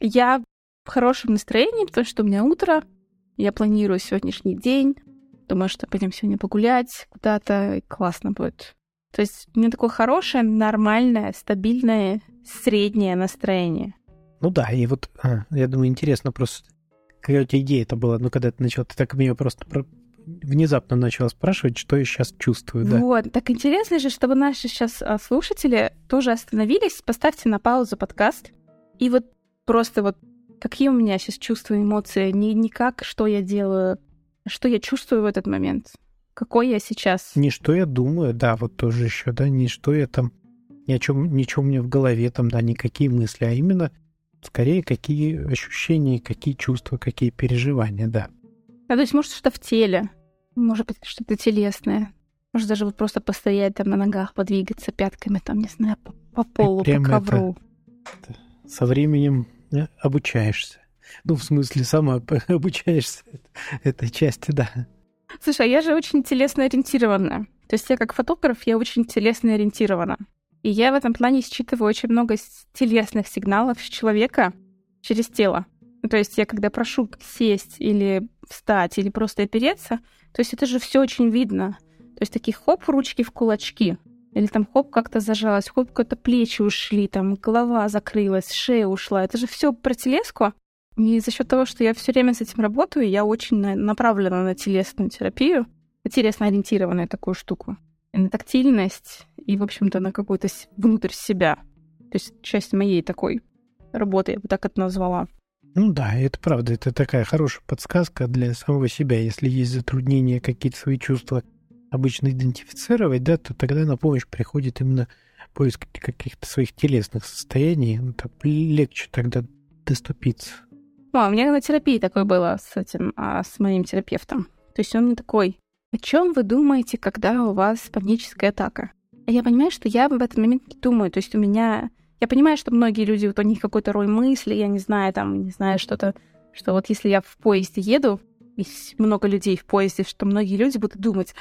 Я в хорошем настроении, потому что у меня утро, я планирую сегодняшний день, думаю, что пойдем сегодня погулять куда-то, и классно будет. То есть у меня такое хорошее, нормальное, стабильное, среднее настроение. Ну да, и вот, а, я думаю, интересно просто, какая у тебя идея это была, ну, когда ты начала, ты так меня просто про... внезапно начала спрашивать, что я сейчас чувствую, да? Вот, так интересно же, чтобы наши сейчас слушатели тоже остановились, поставьте на паузу подкаст, и вот просто вот какие у меня сейчас чувства, эмоции, не, не как, что я делаю, а что я чувствую в этот момент, какой я сейчас. Не что я думаю, да, вот тоже еще, да, не что я там, ни о чем, ничего у меня в голове там, да, никакие мысли, а именно скорее какие ощущения, какие чувства, какие переживания, да. А то есть, может, что-то в теле, может быть, что-то телесное, может, даже вот просто постоять там на ногах, подвигаться пятками, там, не знаю, по, по полу, по ковру. Это, это, со временем обучаешься. Ну, в смысле, сама обучаешься этой части, да. Слушай, а я же очень телесно ориентированная. То есть я как фотограф, я очень телесно ориентирована. И я в этом плане считываю очень много телесных сигналов человека через тело. То есть я когда прошу сесть или встать, или просто опереться, то есть это же все очень видно. То есть такие хоп, ручки в кулачки. Или там хоп, как-то зажалась, хоп, как-то плечи ушли, там голова закрылась, шея ушла. Это же все про телеску. И за счет того, что я все время с этим работаю, я очень направлена на телесную терапию, на телесно-ориентированную такую штуку. И на тактильность, и, в общем-то, на какую-то внутрь себя. То есть часть моей такой работы, я бы так это назвала. Ну да, это правда, это такая хорошая подсказка для самого себя. Если есть затруднения, какие-то свои чувства обычно идентифицировать, да, то тогда на помощь приходит именно поиск каких-то своих телесных состояний. Ну, так легче тогда доступиться. А, у меня на терапии такое было с этим, а, с моим терапевтом. То есть он мне такой: о чем вы думаете, когда у вас паническая атака? А я понимаю, что я в этот момент не думаю. То есть у меня... Я понимаю, что многие люди, вот у них какой-то рой мысли, я не знаю, там, не знаю, что-то, что вот если я в поезде еду, и много людей в поезде, что многие люди будут думать: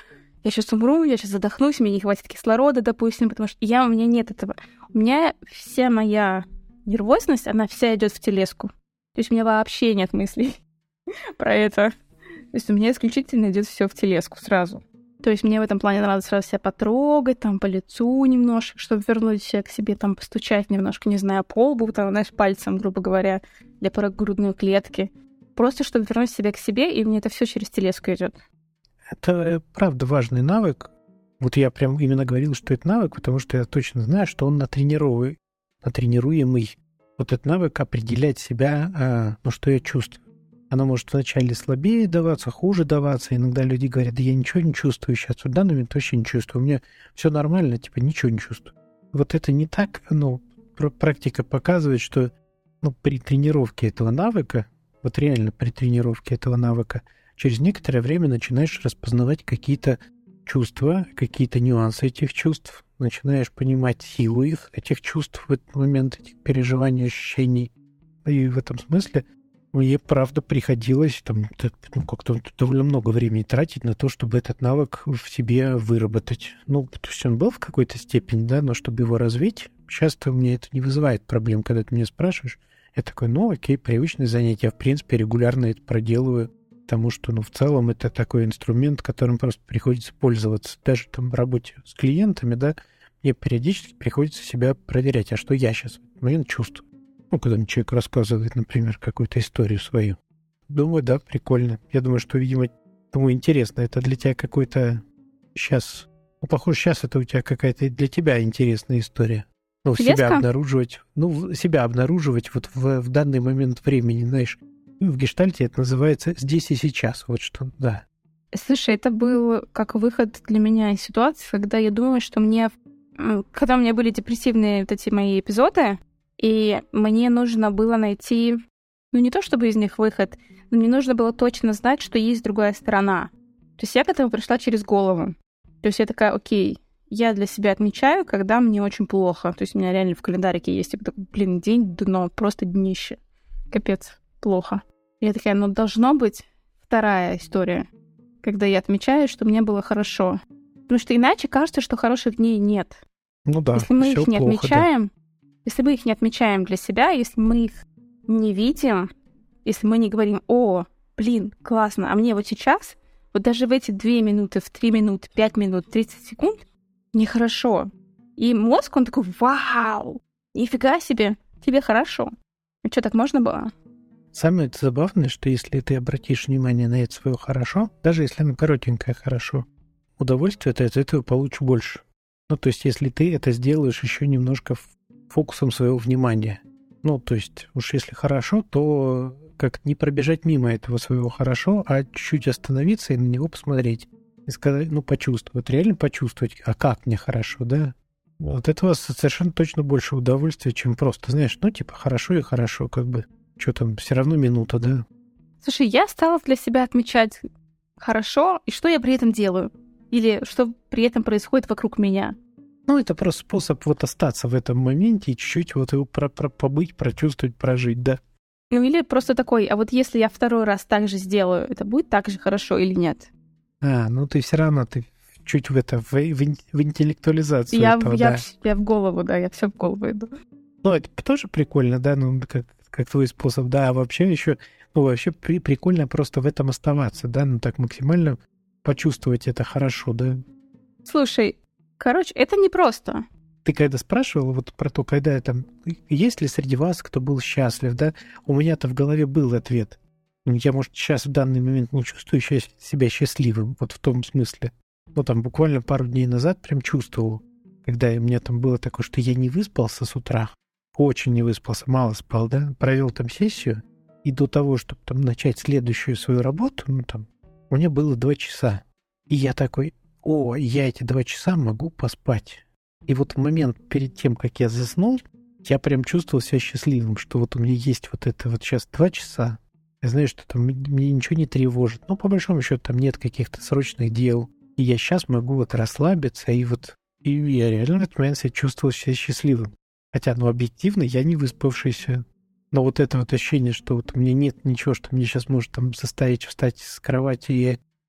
я сейчас умру, я сейчас задохнусь, мне не хватит кислорода, допустим, потому что я, у меня нет этого. У меня вся моя нервозность, она вся идет в телеску. То есть у меня вообще нет мыслей про это. То есть у меня исключительно идет все в телеску сразу. То есть мне в этом плане надо сразу себя потрогать, там, по лицу немножко, чтобы вернуть себя к себе, там, постучать немножко, не знаю, по лбу, там, знаешь, пальцем, грубо говоря, для грудной клетки. Просто чтобы вернуть себя к себе, и мне это все через телеску идет. Это, правда, важный навык. Вот я прям именно говорил, что это навык, потому что я точно знаю, что он натренируемый. натренируемый. Вот этот навык определять себя, ну, что я чувствую. Оно может вначале слабее даваться, хуже даваться. Иногда люди говорят, да я ничего не чувствую сейчас. В данный момент вообще не чувствую. У меня все нормально, типа ничего не чувствую. Вот это не так. Ну, практика показывает, что ну, при тренировке этого навыка, вот реально при тренировке этого навыка, через некоторое время начинаешь распознавать какие-то чувства, какие-то нюансы этих чувств, начинаешь понимать силу их, этих чувств в этот момент, этих переживаний, ощущений. И в этом смысле мне, правда, приходилось там, ну, как-то довольно много времени тратить на то, чтобы этот навык в себе выработать. Ну, то есть он был в какой-то степени, да, но чтобы его развить, часто мне это не вызывает проблем, когда ты меня спрашиваешь. Я такой, ну, окей, привычное занятие. Я, в принципе, регулярно это проделываю, потому что, ну, в целом это такой инструмент, которым просто приходится пользоваться. Даже там в работе с клиентами, да, мне периодически приходится себя проверять, а что я сейчас в этот момент чувствую. Ну, когда мне человек рассказывает, например, какую-то историю свою. Думаю, да, прикольно. Я думаю, что, видимо, думаю, интересно. Это для тебя какой-то сейчас... Ну, похоже, сейчас это у тебя какая-то для тебя интересная история. Ну, Телеска? себя обнаруживать. Ну, себя обнаруживать вот в, в данный момент времени, знаешь. В гештальте это называется «здесь и сейчас». Вот что, да. Слушай, это был как выход для меня из ситуации, когда я думаю, что мне... Когда у меня были депрессивные вот эти мои эпизоды, и мне нужно было найти, ну, не то чтобы из них выход, но мне нужно было точно знать, что есть другая сторона. То есть я к этому пришла через голову. То есть я такая, окей, я для себя отмечаю, когда мне очень плохо. То есть у меня реально в календарике есть, типа, такой, блин, день дно, просто днище. Капец, плохо. И я такая, ну, должно быть вторая история, когда я отмечаю, что мне было хорошо. Потому что иначе кажется, что хороших дней нет. Ну да, если мы их не плохо, отмечаем, да. Если мы их не отмечаем для себя, если мы их не видим, если мы не говорим, о, блин, классно, а мне вот сейчас, вот даже в эти две минуты, в три минуты, пять минут, тридцать секунд, нехорошо. И мозг, он такой, вау, нифига себе, тебе хорошо. А что, так можно было? Самое забавное, что если ты обратишь внимание на это свое хорошо, даже если оно коротенькое хорошо, удовольствие ты от этого получишь больше. Ну, то есть, если ты это сделаешь еще немножко фокусом своего внимания. Ну, то есть, уж если хорошо, то как не пробежать мимо этого своего хорошо, а чуть-чуть остановиться и на него посмотреть. И сказать, ну, почувствовать, реально почувствовать, а как мне хорошо, да? От этого совершенно точно больше удовольствия, чем просто, знаешь, ну, типа, хорошо и хорошо, как бы, что там, все равно минута, да? Слушай, я стала для себя отмечать хорошо, и что я при этом делаю? Или что при этом происходит вокруг меня? Ну, это просто способ вот остаться в этом моменте и чуть-чуть вот его про- про- побыть, прочувствовать, прожить, да. Ну, или просто такой, а вот если я второй раз так же сделаю, это будет так же хорошо или нет? А, ну ты все равно, ты чуть в это, в, в, в интеллектуализацию я, этого, я, да. В, я в голову, да, я все в голову иду. Ну, это тоже прикольно, да, ну, как, как твой способ, да, а вообще еще, ну, вообще при, прикольно просто в этом оставаться, да, ну, так максимально почувствовать это хорошо, да. Слушай, короче, это непросто. Ты когда спрашивала вот про то, когда я там, есть ли среди вас, кто был счастлив, да, у меня-то в голове был ответ. Я, может, сейчас в данный момент не чувствую себя счастливым, вот в том смысле. Ну, там буквально пару дней назад прям чувствовал, когда у меня там было такое, что я не выспался с утра, очень не выспался, мало спал, да, провел там сессию, и до того, чтобы там начать следующую свою работу, ну, там, у меня было два часа. И я такой, о, я эти два часа могу поспать. И вот в момент перед тем, как я заснул, я прям чувствовал себя счастливым, что вот у меня есть вот это вот сейчас два часа. Я знаю, что там мне ничего не тревожит. Но по большому счету там нет каких-то срочных дел. И я сейчас могу вот расслабиться, и вот и я реально в этот момент себя чувствовал себя счастливым. Хотя, ну, объективно, я не выспавшийся. Но вот это вот ощущение, что вот у меня нет ничего, что мне сейчас может там заставить встать с кровати и,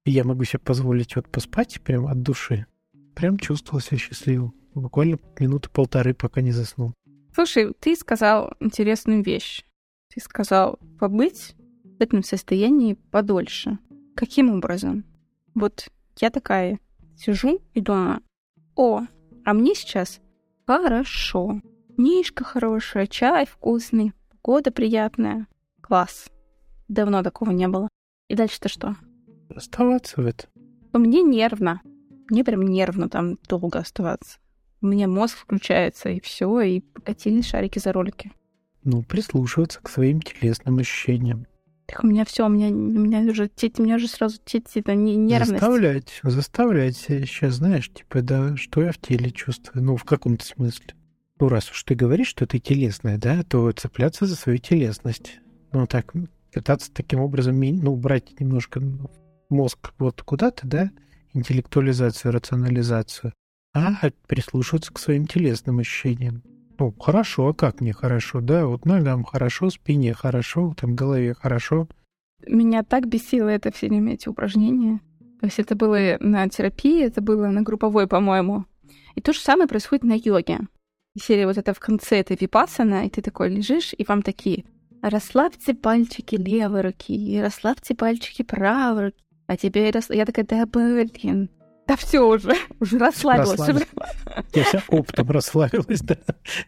И я могу себе позволить вот поспать прям от души. Прям чувствовал себя счастливым. Буквально минуты полторы, пока не заснул. Слушай, ты сказал интересную вещь. Ты сказал побыть в этом состоянии подольше. Каким образом? Вот я такая сижу и думаю, о, а мне сейчас хорошо. Книжка хорошая, чай вкусный, погода приятная. Класс. Давно такого не было. И дальше-то что? Оставаться в этом. Мне нервно. Мне прям нервно там долго оставаться. У меня мозг включается, и все, и покатились шарики за ролики. Ну, прислушиваться к своим телесным ощущениям. Так у меня все, у меня, у меня уже тети, у меня уже сразу тети, это не нервность. Заставлять, заставлять себя сейчас, знаешь, типа, да, что я в теле чувствую, ну, в каком-то смысле. Ну, раз уж ты говоришь, что ты телесная, да, то цепляться за свою телесность. Ну, так, пытаться таким образом, ну, брать немножко мозг вот куда-то, да, интеллектуализацию, рационализацию, а прислушиваться к своим телесным ощущениям. Ну, хорошо, а как мне хорошо, да? Вот ногам хорошо, спине хорошо, там голове хорошо. Меня так бесило это все время, эти упражнения. То есть это было на терапии, это было на групповой, по-моему. И то же самое происходит на йоге. Серия вот это в конце, это випассана, и ты такой лежишь, и вам такие: расслабьте пальчики левой руки, и расслабьте пальчики правой руки. А тебе рас... Я такая, да блин. Да все уже, уже расслабилась. Я вся оптом расслабилась, да.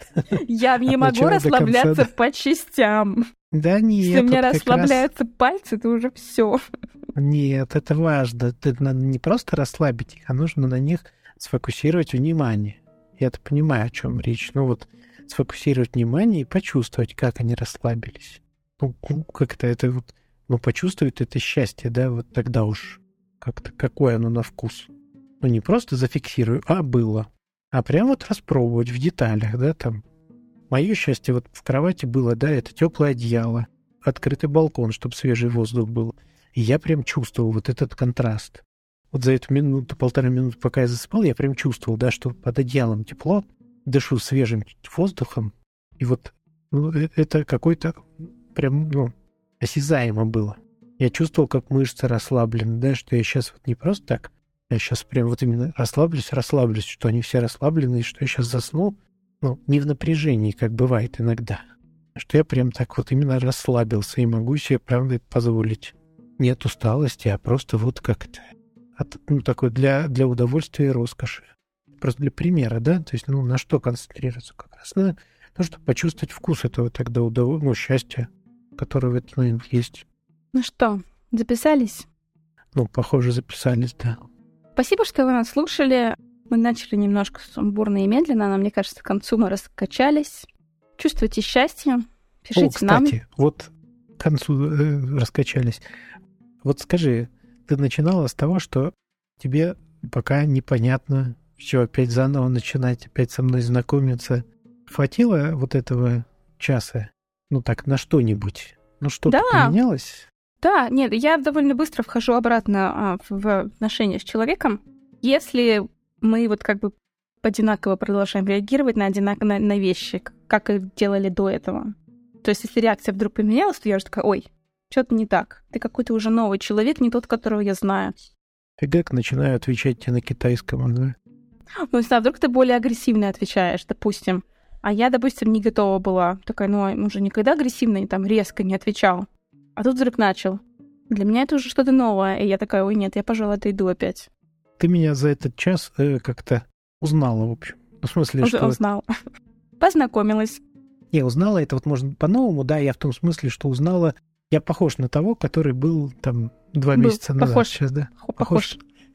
Я не могу расслабляться по частям. Да нет. Если у меня расслабляются пальцы, то уже все. Нет, это важно. Надо не просто расслабить их, а нужно на них сфокусировать внимание. Я-то понимаю, о чем речь. Ну вот сфокусировать внимание и почувствовать, как они расслабились. Ну, как-то это вот, ну, почувствовать это счастье, да, вот тогда уж как-то какое оно на вкус. Ну, не просто зафиксирую, а было. А прям вот распробовать в деталях, да, там. Мое счастье вот в кровати было, да, это теплое одеяло, открытый балкон, чтобы свежий воздух был. И я прям чувствовал вот этот контраст. Вот за эту минуту, полторы минуты, пока я засыпал, я прям чувствовал, да, что под одеялом тепло, дышу свежим воздухом. И вот ну, это какой-то прям, ну, осязаемо было. Я чувствовал, как мышцы расслаблены, да, что я сейчас вот не просто так, я сейчас прям вот именно расслаблюсь, расслаблюсь, что они все расслаблены, и что я сейчас засну, ну, не в напряжении, как бывает иногда, что я прям так вот именно расслабился и могу себе, правда, это позволить. Не от усталости, а просто вот как-то от, ну, такой для, для удовольствия и роскоши. Просто для примера, да, то есть, ну, на что концентрироваться как раз? На то, чтобы почувствовать вкус этого тогда удовольствия, ну, счастья, которое в этот момент есть. Ну что, записались? Ну, похоже, записались, да. Спасибо, что вы нас слушали. Мы начали немножко сумбурно и медленно, но, мне кажется, к концу мы раскачались. Чувствуйте счастье, пишите О, кстати, нам. вот к концу э, раскачались. Вот скажи, ты начинала с того, что тебе пока непонятно, все опять заново начинать, опять со мной знакомиться. Хватило вот этого часа? Ну так, на что-нибудь? Ну что-то Да. поменялось? Да, нет, я довольно быстро вхожу обратно а, в, в отношения с человеком. Если мы вот как бы одинаково продолжаем реагировать на, одинак... на, на вещи, как и делали до этого. То есть если реакция вдруг поменялась, то я уже такая, ой, что-то не так. Ты какой-то уже новый человек, не тот, которого я знаю. И как начинаю отвечать тебе на китайском, да? Ну, не знаю, вдруг ты более агрессивно отвечаешь, допустим. А я, допустим, не готова была. Такая, ну, он уже никогда агрессивно и там резко не отвечал. А тут вдруг начал. Для меня это уже что-то новое. И я такая, ой, нет, я, пожалуй, отойду опять. Ты меня за этот час э, как-то узнала, в общем. Ну, в смысле, Уже что... узнала. Познакомилась. Не, узнала, это вот можно по-новому, да, я в том смысле, что узнала... Я похож на того, который был там два был, месяца назад. Похож. Сейчас, да? Похож.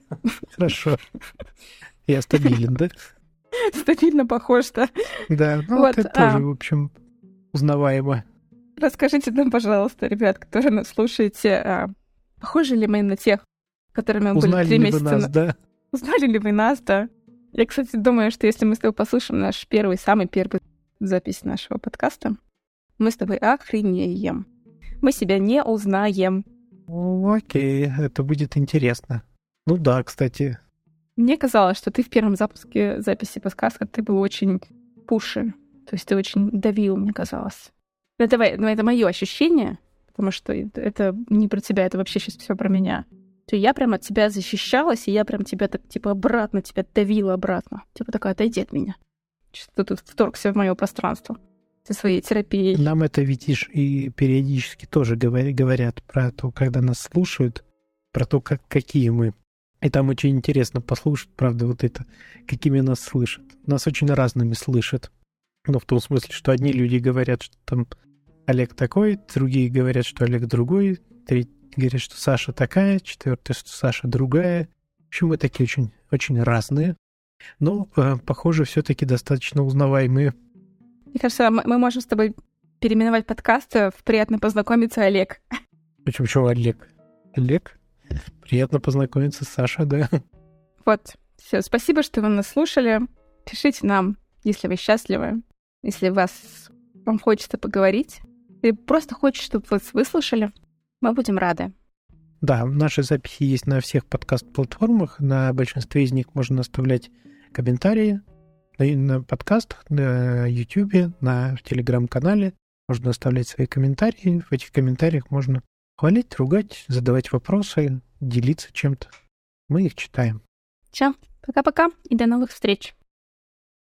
Хорошо. Я стабилен, да? Стабильно похож, да? Да, ну вот это тоже, в общем, узнаваемо. Расскажите нам, пожалуйста, ребят, которые нас слушаете, а, похожи ли мы на тех, которыми мы Узнали были три ли месяца? Вы нас, на... да? Узнали ли вы нас, да? Я, кстати, думаю, что если мы с тобой послушаем наш первый, самый первый запись нашего подкаста, мы с тобой охренеем. Мы себя не узнаем. Ну, окей, это будет интересно. Ну да, кстати. Мне казалось, что ты в первом запуске записи подкаста, ты был очень пуши. То есть ты очень давил, мне казалось. Это, это мое ощущение, потому что это не про тебя, это вообще сейчас все про меня. то я прям от тебя защищалась, и я прям тебя так, типа, обратно, тебя давила обратно. Типа такая, отойди от меня. Что ты тут вторгся в мое пространство со своей терапией. Нам это, видишь, и периодически тоже говорят про то, когда нас слушают, про то, как, какие мы. И там очень интересно послушать, правда, вот это, какими нас слышат. Нас очень разными слышат. Ну, в том смысле, что одни люди говорят, что там Олег такой, другие говорят, что Олег другой, третьи говорят, что Саша такая, четвертый, что Саша другая. В общем, мы такие очень, очень разные. Но, похоже, все-таки достаточно узнаваемые. Мне кажется, мы можем с тобой переименовать подкаст в «Приятно познакомиться, Олег». Почему, почему Олег? Олег? Приятно познакомиться, Саша, да. Вот, все. Спасибо, что вы нас слушали. Пишите нам, если вы счастливы, если вас, вам хочется поговорить, или просто хочется, чтобы вас выслушали. Мы будем рады. Да, наши записи есть на всех подкаст-платформах. На большинстве из них можно оставлять комментарии. На подкастах, на YouTube, на Телеграм-канале можно оставлять свои комментарии. В этих комментариях можно хвалить, ругать, задавать вопросы, делиться чем-то. Мы их читаем. Все, пока-пока и до новых встреч.